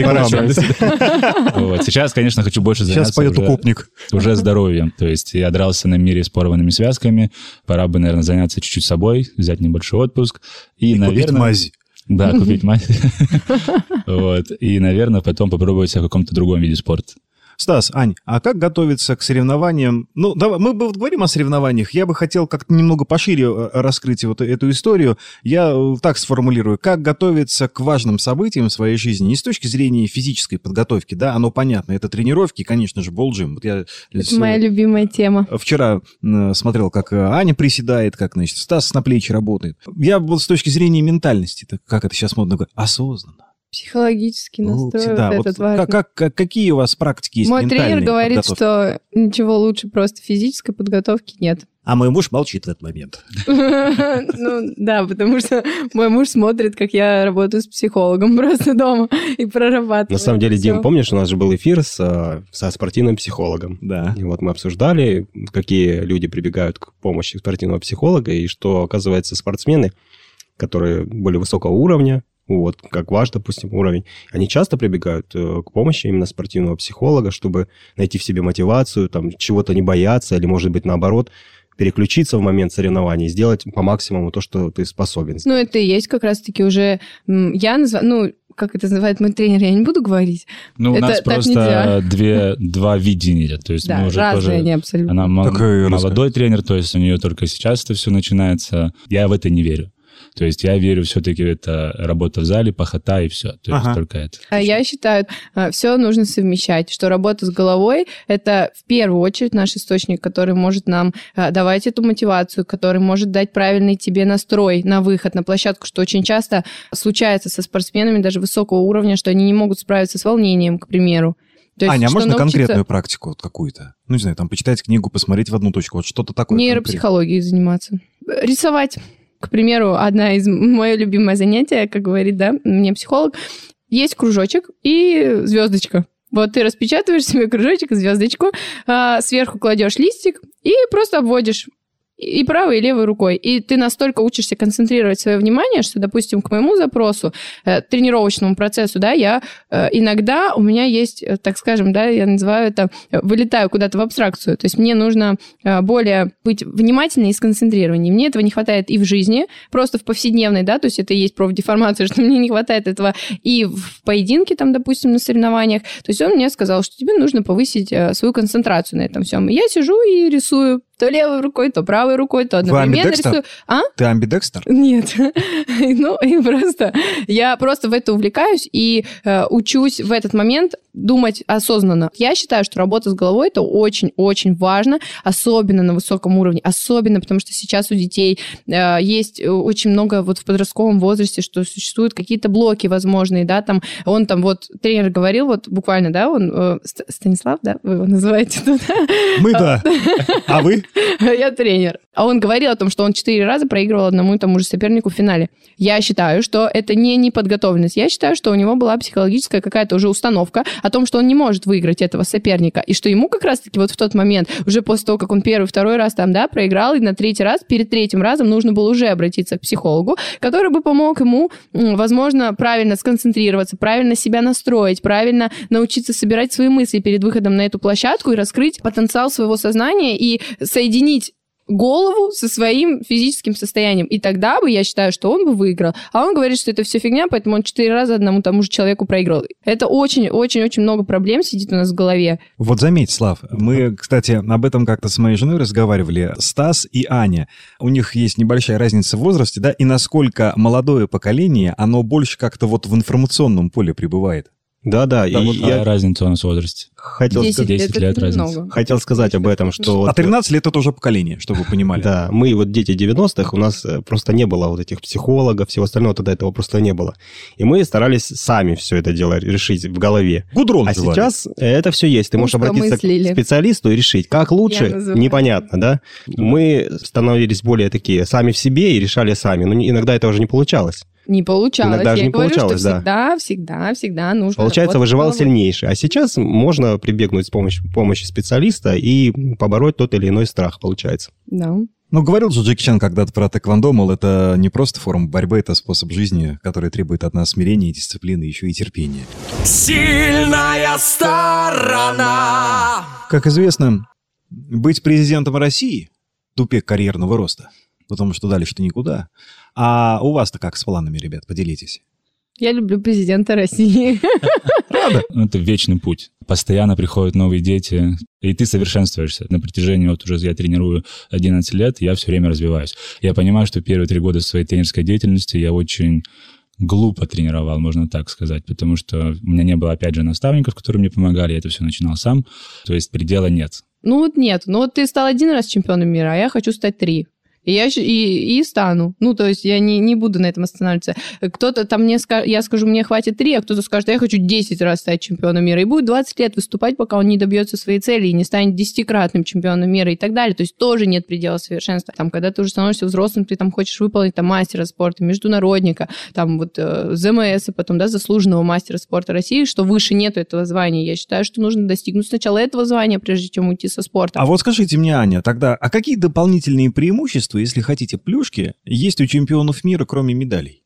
Speaker 5: Вот. Сейчас, конечно, хочу больше заняться.
Speaker 3: Сейчас поет
Speaker 5: уже,
Speaker 3: укупник.
Speaker 5: Уже здоровьем. То есть я дрался на мире с порванными связками. Пора бы, наверное, заняться чуть-чуть собой, взять небольшой отпуск. И,
Speaker 3: И
Speaker 5: наверное,
Speaker 3: купить мазь.
Speaker 5: Да, купить мазь. Вот. И, наверное, потом попробовать себя в каком-то другом виде спорта.
Speaker 3: Стас, Ань, а как готовиться к соревнованиям? Ну, давай, мы вот говорим о соревнованиях. Я бы хотел как-то немного пошире раскрыть вот эту историю. Я так сформулирую. Как готовиться к важным событиям в своей жизни? Не с точки зрения физической подготовки, да, оно понятно. Это тренировки, конечно же, болджим. Вот я
Speaker 6: это моя любимая тема.
Speaker 3: Вчера смотрел, как Аня приседает, как, значит, Стас на плечи работает. Я вот с точки зрения ментальности, как это сейчас модно говорить, осознанно.
Speaker 6: Психологический настрой,
Speaker 3: Ну, да,
Speaker 6: вот
Speaker 3: вот
Speaker 6: этот важный.
Speaker 3: Как, как, какие у вас практики есть?
Speaker 6: Мой тренер говорит,
Speaker 3: подготовки?
Speaker 6: что ничего лучше просто физической подготовки нет.
Speaker 3: А мой муж молчит в этот момент.
Speaker 6: Ну, да, потому что мой муж смотрит, как я работаю с психологом просто дома и прорабатываю.
Speaker 4: На самом деле,
Speaker 6: всё.
Speaker 4: Дим, помнишь, у нас же был эфир с, со спортивным психологом?
Speaker 3: Да.
Speaker 4: И вот мы обсуждали, какие люди прибегают к помощи спортивного психолога, и что, оказывается, спортсмены, которые более высокого уровня, вот, как ваш, допустим, уровень, они часто прибегают к помощи именно спортивного психолога, чтобы найти в себе мотивацию, там, чего-то не бояться, или, может быть, наоборот, переключиться в момент соревнований, сделать по максимуму то, что ты способен.
Speaker 6: Ну, это и есть как раз-таки уже... Я называю... Ну, как это называет мой тренер, я не буду говорить.
Speaker 5: Ну, у
Speaker 6: это,
Speaker 5: нас просто две, два видения. То есть
Speaker 6: да,
Speaker 5: мы уже
Speaker 6: разные
Speaker 5: тоже...
Speaker 6: они абсолютно.
Speaker 5: Она м-
Speaker 3: Такая
Speaker 5: молодой
Speaker 3: разная.
Speaker 5: тренер, то есть у нее только сейчас это все начинается. Я в это не верю. То есть я верю, все-таки это работа в зале, похота и все. То есть
Speaker 3: Ага.
Speaker 5: только это.
Speaker 6: А я считаю, все нужно совмещать, что работа с головой – это в первую очередь наш источник, который может нам а, давать эту мотивацию, который может дать правильный тебе настрой на выход, на площадку, что очень часто случается со спортсменами даже высокого уровня, что они не могут справиться с волнением, к примеру. То есть,
Speaker 3: Аня, а
Speaker 6: что
Speaker 3: можно
Speaker 6: научиться-
Speaker 3: конкретную практику вот какую-то? Ну, не знаю, там почитать книгу, посмотреть в одну точку, вот что-то такое.
Speaker 6: Нейропсихологией заниматься. Рисовать. К примеру, одна из... Мое любимое занятие, как говорит, да, мне психолог, есть кружочек и звездочка. Вот ты распечатываешь себе кружочек и звездочку, а, сверху кладешь листик и просто обводишь и правой, и левой рукой. И ты настолько учишься концентрировать свое внимание, что, допустим, к моему запросу, э, тренировочному процессу, да, я э, иногда, у меня есть, э, так скажем, да, я называю это, э, вылетаю куда-то в абстракцию. То есть мне нужно э, более быть внимательней и сконцентрированней. Мне этого не хватает и в жизни, просто в повседневной, да, то есть это и есть профдеформация, что мне не хватает этого и в поединке, там, допустим, на соревнованиях. То есть он мне сказал, что тебе нужно повысить э, свою концентрацию на этом всем. И я сижу и рисую. то левой рукой, то правой рукой, то
Speaker 3: Вы
Speaker 6: одновременно
Speaker 3: амбидекстер?
Speaker 6: рисую. А?
Speaker 3: Ты амбидекстер?
Speaker 6: Нет. Ну, и просто... Я просто в это увлекаюсь и э, учусь в этот момент думать осознанно. Я считаю, что работа с головой – это очень-очень важно, особенно на высоком уровне, особенно потому, что сейчас у детей э, есть очень много вот в подростковом возрасте, что существуют какие-то блоки возможные, да, там, он там вот, тренер говорил, вот буквально, да, он, э, Станислав, да, вы его называете тут?
Speaker 3: Мы да. А вы?
Speaker 6: Я тренер. А он говорил о том, что он четыре раза проигрывал одному и тому же сопернику в финале. Я считаю, что это не неподготовленность. Я считаю, что у него была психологическая какая-то уже установка о том, что он не может выиграть этого соперника. И что ему как раз-таки вот в тот момент, уже после того, как он первый, второй раз там, да, проиграл, и на третий раз, перед третьим разом нужно было уже обратиться к психологу, который бы помог ему, возможно, правильно сконцентрироваться, правильно себя настроить, правильно научиться собирать свои мысли перед выходом на эту площадку и раскрыть потенциал своего сознания и соединить голову со своим физическим состоянием. И тогда бы, я считаю, что он бы выиграл. А он говорит, что это все фигня, поэтому он четыре раза одному тому же человеку проиграл. Это очень-очень-очень много проблем сидит у нас в голове.
Speaker 3: Вот заметь, Слав, мы, кстати, об этом как-то с моей женой разговаривали. Стас и Аня. У них есть небольшая разница в возрасте, да, и насколько молодое поколение, оно больше как-то вот в информационном поле пребывает.
Speaker 4: Да-да, и
Speaker 5: Вот
Speaker 4: я
Speaker 5: разница у нас в возрасте.
Speaker 4: хотел,
Speaker 6: десять
Speaker 4: ска-
Speaker 6: лет,
Speaker 5: десять
Speaker 6: это
Speaker 5: лет разница.
Speaker 6: немного.
Speaker 4: хотел сказать об этом, что...
Speaker 3: А
Speaker 4: вот-
Speaker 3: тринадцать лет это уже поколение, чтобы вы понимали.
Speaker 4: Да, мы вот дети девяностых, у нас э, просто не было вот этих психологов, всего остального, тогда этого просто не было. И мы старались сами все это дело решить в голове.
Speaker 3: Гудрон
Speaker 4: А
Speaker 3: звали.
Speaker 4: сейчас это все есть. Ты можешь
Speaker 6: Узко
Speaker 4: обратиться
Speaker 6: мыслили.
Speaker 4: к специалисту и решить, как
Speaker 6: Я
Speaker 4: лучше,
Speaker 6: называю.
Speaker 4: непонятно, да? Мы становились более такие сами в себе и решали сами, но не- иногда это уже не получалось.
Speaker 6: Не получалось.
Speaker 4: Иногда же
Speaker 6: Я
Speaker 4: не
Speaker 6: говорю,
Speaker 4: получалось,
Speaker 6: что
Speaker 4: да.
Speaker 6: всегда, всегда, всегда нужно
Speaker 4: Получается,
Speaker 6: работать
Speaker 4: выживал
Speaker 6: с головой.
Speaker 4: сильнейший. А сейчас можно прибегнуть с помощью, помощи специалиста и побороть тот или иной страх, получается.
Speaker 6: Да.
Speaker 3: Ну, говорил же Джеки Чан когда-то про тэквондо, мол, это не просто форма борьбы, это способ жизни, который требует от нас смирения, дисциплины, еще и терпения.
Speaker 1: Сильная сторона.
Speaker 3: Как известно, быть президентом России – тупик карьерного роста, потому что дальше-то никуда. А у вас-то как с планами, ребят, поделитесь.
Speaker 6: Я люблю президента России.
Speaker 5: Ну, это вечный путь. Постоянно приходят новые дети, и ты совершенствуешься. На протяжении, вот уже я тренирую одиннадцать лет, я все время развиваюсь. Я понимаю, что первые три года своей тренерской деятельности я очень глупо тренировал, можно так сказать, потому что у меня не было, опять же, наставников, которые мне помогали, я это все начинал сам. То есть предела нет.
Speaker 6: Ну вот нет. Ну вот ты стал один раз чемпионом мира, а я хочу стать три. И я щ- и, и стану. Ну, то есть я не, не буду на этом останавливаться. Кто-то там мне скажет, я скажу, мне хватит три, а кто-то скажет, я хочу десять раз стать чемпионом мира. И будет двадцать лет выступать, пока он не добьется своей цели и не станет десятикратным чемпионом мира и так далее. То есть тоже нет предела совершенства. Там, когда ты уже становишься взрослым, ты там хочешь выполнить там мастера спорта, международника, там вот э, ЗМС, а потом, да, заслуженного мастера спорта России, что выше нету этого звания. Я считаю, что нужно достигнуть сначала этого звания, прежде чем уйти со спорта.
Speaker 3: А вот скажите мне, Аня, тогда, а какие дополнительные преимущества, если хотите, плюшки, есть у чемпионов мира, кроме медалей?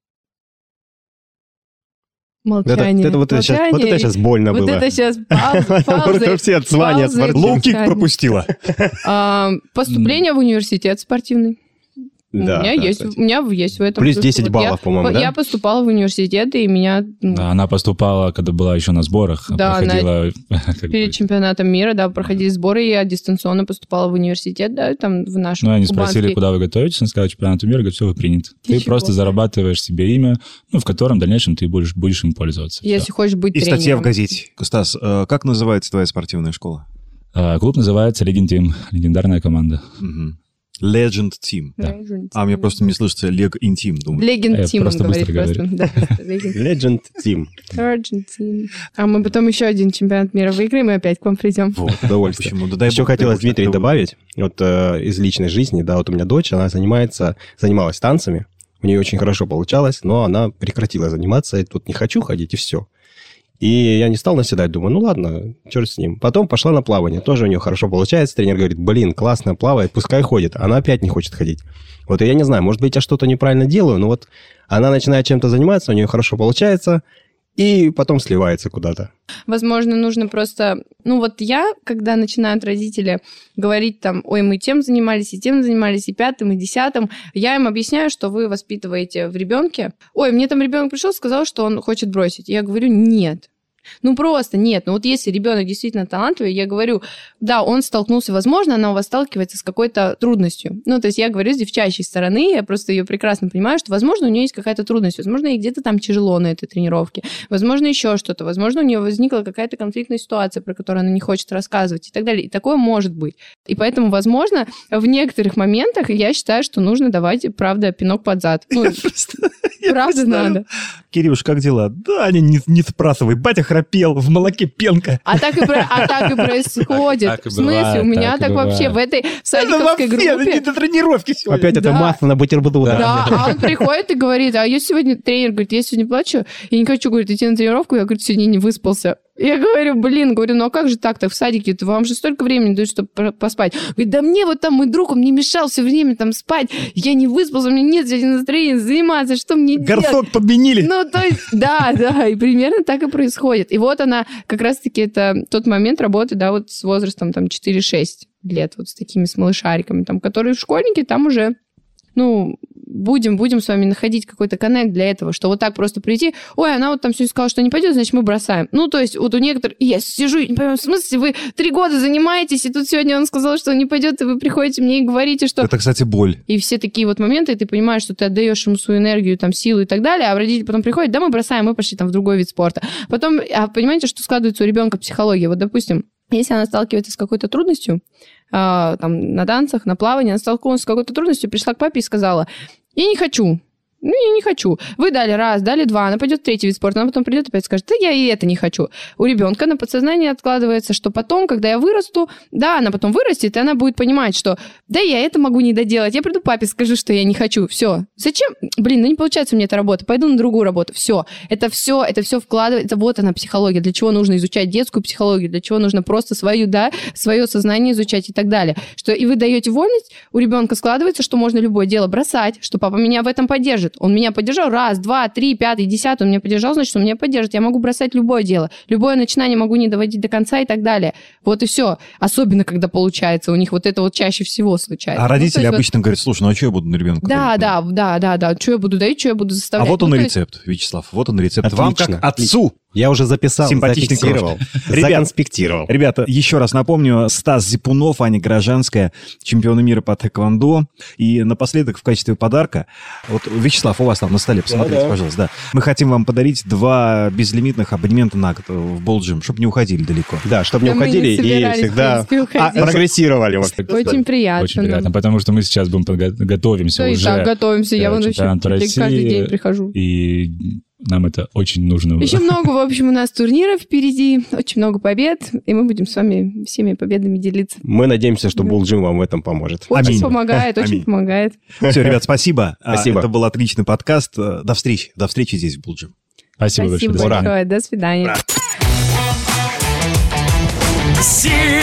Speaker 6: Молчание.
Speaker 4: Это, это вот, это сейчас, вот
Speaker 6: Молчание.
Speaker 4: это сейчас больно
Speaker 6: Вот
Speaker 4: было.
Speaker 6: это сейчас пауза,
Speaker 4: Потому
Speaker 6: пауза.
Speaker 4: что все от звания, от
Speaker 6: пауза и
Speaker 4: спортивного.
Speaker 3: Лоу-кик
Speaker 6: молчание.
Speaker 3: пропустила.
Speaker 6: А, поступление в университет спортивный.
Speaker 4: Да,
Speaker 6: у, меня
Speaker 4: да,
Speaker 6: есть,
Speaker 4: кстати.
Speaker 6: у меня есть в этом...
Speaker 4: Плюс
Speaker 6: плюс.
Speaker 4: десять
Speaker 6: Вот
Speaker 4: баллов,
Speaker 6: я,
Speaker 4: по-моему, да?
Speaker 6: Я поступала в университет, и меня... ну,
Speaker 5: Да, она поступала, когда была еще на сборах,
Speaker 6: Да,
Speaker 5: проходила... как
Speaker 6: перед
Speaker 5: бы,
Speaker 6: чемпионатом мира, да, проходили сборы, и я дистанционно поступала в университет, да, там в наш
Speaker 5: Ну, они
Speaker 6: кубанский.
Speaker 5: спросили, куда вы готовитесь, он сказал, чемпионату мира, говорит, все, вы приняты. Ты
Speaker 6: Ничего.
Speaker 5: просто зарабатываешь себе имя, ну, в котором в дальнейшем ты будешь, будешь им пользоваться. Всё.
Speaker 6: Если хочешь быть
Speaker 3: И
Speaker 6: тренером.
Speaker 3: статья в газете. Стас, э, как называется твоя спортивная школа?
Speaker 5: А, клуб называется Legend Team, легендарная команда.
Speaker 3: Мгм. Legend Team.
Speaker 5: Да.
Speaker 6: Legend
Speaker 3: А, мне
Speaker 6: Team.
Speaker 3: просто не слышится Leg Intim, думаю.
Speaker 6: Legend
Speaker 5: Я
Speaker 6: Team, он
Speaker 5: просто
Speaker 6: говорит
Speaker 5: быстро
Speaker 6: просто.
Speaker 5: говорю.
Speaker 6: Да, просто Legend
Speaker 4: Legend Team.
Speaker 6: Legend Team. А мы потом еще один чемпионат мира выиграем, и опять к вам придем.
Speaker 3: Вот,
Speaker 4: Удовольствие.
Speaker 3: почему? Да дай
Speaker 4: Еще
Speaker 3: бог, дай
Speaker 4: хотелось,
Speaker 3: бог,
Speaker 4: Дмитрий,
Speaker 3: дай бог.
Speaker 4: добавить, вот э, из личной жизни, да, вот у меня дочь, она занимается, занималась танцами, у нее очень хорошо получалось, но она прекратила заниматься, и тут не хочу ходить, и все. И я не стал наседать, думаю, ну ладно, черт с ним. Потом пошла на плавание, тоже у нее хорошо получается, тренер говорит, блин, классно плавает, пускай ходит. Она опять не хочет ходить. Вот и я не знаю, может быть, я что-то неправильно делаю, но вот она начинает чем-то заниматься, у нее хорошо получается, и потом сливается куда-то.
Speaker 6: Возможно, нужно просто... Ну вот я, когда начинают родители говорить там, ой, мы тем занимались, и тем занимались, и пятым, и десятым, я им объясняю, что вы воспитываете в ребенке. Ой, мне там ребенок пришел, сказал, что он хочет бросить. Я говорю, нет. Ну, просто нет. Ну, вот если ребенок действительно талантливый, я говорю, да, он столкнулся, возможно, она у вас сталкивается с какой-то трудностью. Ну, то есть я говорю с девчачьей стороны, я просто ее прекрасно понимаю, что, возможно, у нее есть какая-то трудность, возможно, ей где-то там тяжело на этой тренировке, возможно, еще что-то, возможно, у нее возникла какая-то конфликтная ситуация, про которую она не хочет рассказывать и так далее. И такое может быть. И поэтому, возможно, в некоторых моментах я считаю, что нужно давать, правда, пинок под зад. Ну, правда надо.
Speaker 3: Кирюш, как дела? Да, не, не, не спрашивай. Батя храпел, в молоке пенка.
Speaker 6: А так и, про, а так и происходит.
Speaker 5: Так и
Speaker 6: в смысле,
Speaker 5: бывает,
Speaker 6: у меня
Speaker 5: так
Speaker 6: так,
Speaker 5: и
Speaker 6: вообще
Speaker 5: бывает.
Speaker 6: в этой садиковской группе...
Speaker 3: не до тренировки сегодня.
Speaker 4: Опять это
Speaker 6: Да.
Speaker 4: масло на бутербродах.
Speaker 6: Да, а он приходит и говорит, а я сегодня, тренер говорит, я сегодня плачу, я не хочу, говорит, идти на тренировку, я, говорит, сегодня не выспался. Я говорю, блин, говорю, ну а как же так-то в садике? Вам же столько времени дают, чтобы поспать. Говорит, да мне вот там мой друг, он мне мешал все время там спать, я не выспался, у меня нет сегодня настроения заниматься, что мне делать?
Speaker 3: Горсок подменили.
Speaker 6: Ну, то есть, да, да, и примерно так и происходит. И вот она, как раз-таки, это тот момент работы, да, вот с возрастом там четыре-шесть лет, вот с такими, с малышариками, там, которые школьники, там уже, ну, будем, будем с вами находить какой-то коннект для этого, что вот так просто прийти, ой, она вот там сегодня сказала, что не пойдет, значит, мы бросаем. Ну, то есть вот у некоторых, я сижу, не понимаю, в смысле, вы три года занимаетесь, и тут сегодня он сказал, что он не пойдет, и вы приходите мне и говорите, что...
Speaker 3: Это, кстати, боль.
Speaker 6: И все такие вот моменты, и ты понимаешь, что ты отдаешь ему свою энергию, там, силу и так далее, а родитель потом приходит, да, мы бросаем, мы пошли там в другой вид спорта. Потом, а понимаете, что складывается у ребенка психология? Вот, допустим, если она сталкивается с какой-то трудностью, э, там, на танцах, на плавании, она столкнулась с какой-то трудностью, пришла к папе и сказала, я не хочу. Ну, я не хочу. Вы дали раз, дали два, она пойдет в третий вид спорта, она потом придет и опять скажет, да я и это не хочу. У ребенка на подсознании откладывается, что потом, когда я вырасту, да, она потом вырастет, и она будет понимать, что да, я это могу не доделать, я приду папе, скажу, что я не хочу. Все. Зачем? Блин, ну не получается у меня эта работа, пойду на другую работу. Все. Это все, это все вкладывается. Вот она, психология. Для чего нужно изучать детскую психологию, для чего нужно просто свою, да, свое сознание изучать и так далее. Что и вы даете вольность, у ребенка складывается, что можно любое дело бросать, что папа меня в этом поддержит. Он меня поддержал раз, два, три, пятый, десятый, он меня поддержал, значит, он меня поддержит. Я могу бросать любое дело. Любое начинание могу не доводить до конца и так далее. Вот и все. Особенно, когда получается. У них вот это вот чаще всего случается.
Speaker 3: А
Speaker 6: Ну,
Speaker 3: родители
Speaker 6: то есть
Speaker 3: обычно говорят, слушай, ну а что я буду на ребенка?
Speaker 6: Да,
Speaker 3: давить?
Speaker 6: да, да, да, да. Что я буду давить, что я буду
Speaker 3: А
Speaker 6: заставлять.
Speaker 3: вот он
Speaker 6: Ну,
Speaker 3: и
Speaker 6: то есть-
Speaker 3: рецепт, Вячеслав. Вот он и рецепт. Вам
Speaker 4: Отлично.
Speaker 3: как отцу.
Speaker 4: Я уже записал,
Speaker 3: Симпатичный
Speaker 4: зафиксировал,
Speaker 3: крошка. Ребят,
Speaker 4: законспектировал.
Speaker 3: Ребята, еще раз напомню, Стас Зипунов, Аня Горожанская, чемпионы мира по тэквондо. И напоследок в качестве подарка, вот, Вячеслав, у вас там на столе, посмотрите,
Speaker 4: Да-да.
Speaker 3: пожалуйста. Да. Мы хотим вам подарить два безлимитных абонемента на год в Болджим, чтобы не уходили далеко.
Speaker 4: Да, чтобы не
Speaker 6: Да мы не
Speaker 4: уходили и
Speaker 6: собирались, в
Speaker 4: всегда
Speaker 6: принципе, уходить.
Speaker 4: а, прогрессировали. Вот.
Speaker 6: Очень приятно.
Speaker 5: Очень приятно, потому что мы сейчас будем подго- готовимся
Speaker 6: Да, и
Speaker 5: уже
Speaker 6: так готовимся. Я
Speaker 5: к
Speaker 6: вон вообще
Speaker 5: чемпионату
Speaker 6: чуть ли каждый
Speaker 5: России,
Speaker 6: день прихожу.
Speaker 5: И нам это очень нужно.
Speaker 6: Еще много, в общем, у нас турниров впереди, очень много побед, и мы будем с вами всеми победами делиться.
Speaker 4: Мы надеемся, что Булджим вам в этом поможет.
Speaker 6: Очень
Speaker 3: Аминь.
Speaker 6: помогает, очень
Speaker 3: Аминь.
Speaker 6: помогает.
Speaker 3: Все, ребят, спасибо. А,
Speaker 4: Спасибо.
Speaker 3: Это был отличный подкаст. До встречи. До встречи здесь в Болджим.
Speaker 5: Спасибо,
Speaker 6: Спасибо
Speaker 5: большое. До свидания.
Speaker 6: большое, до свидания.
Speaker 1: Сильная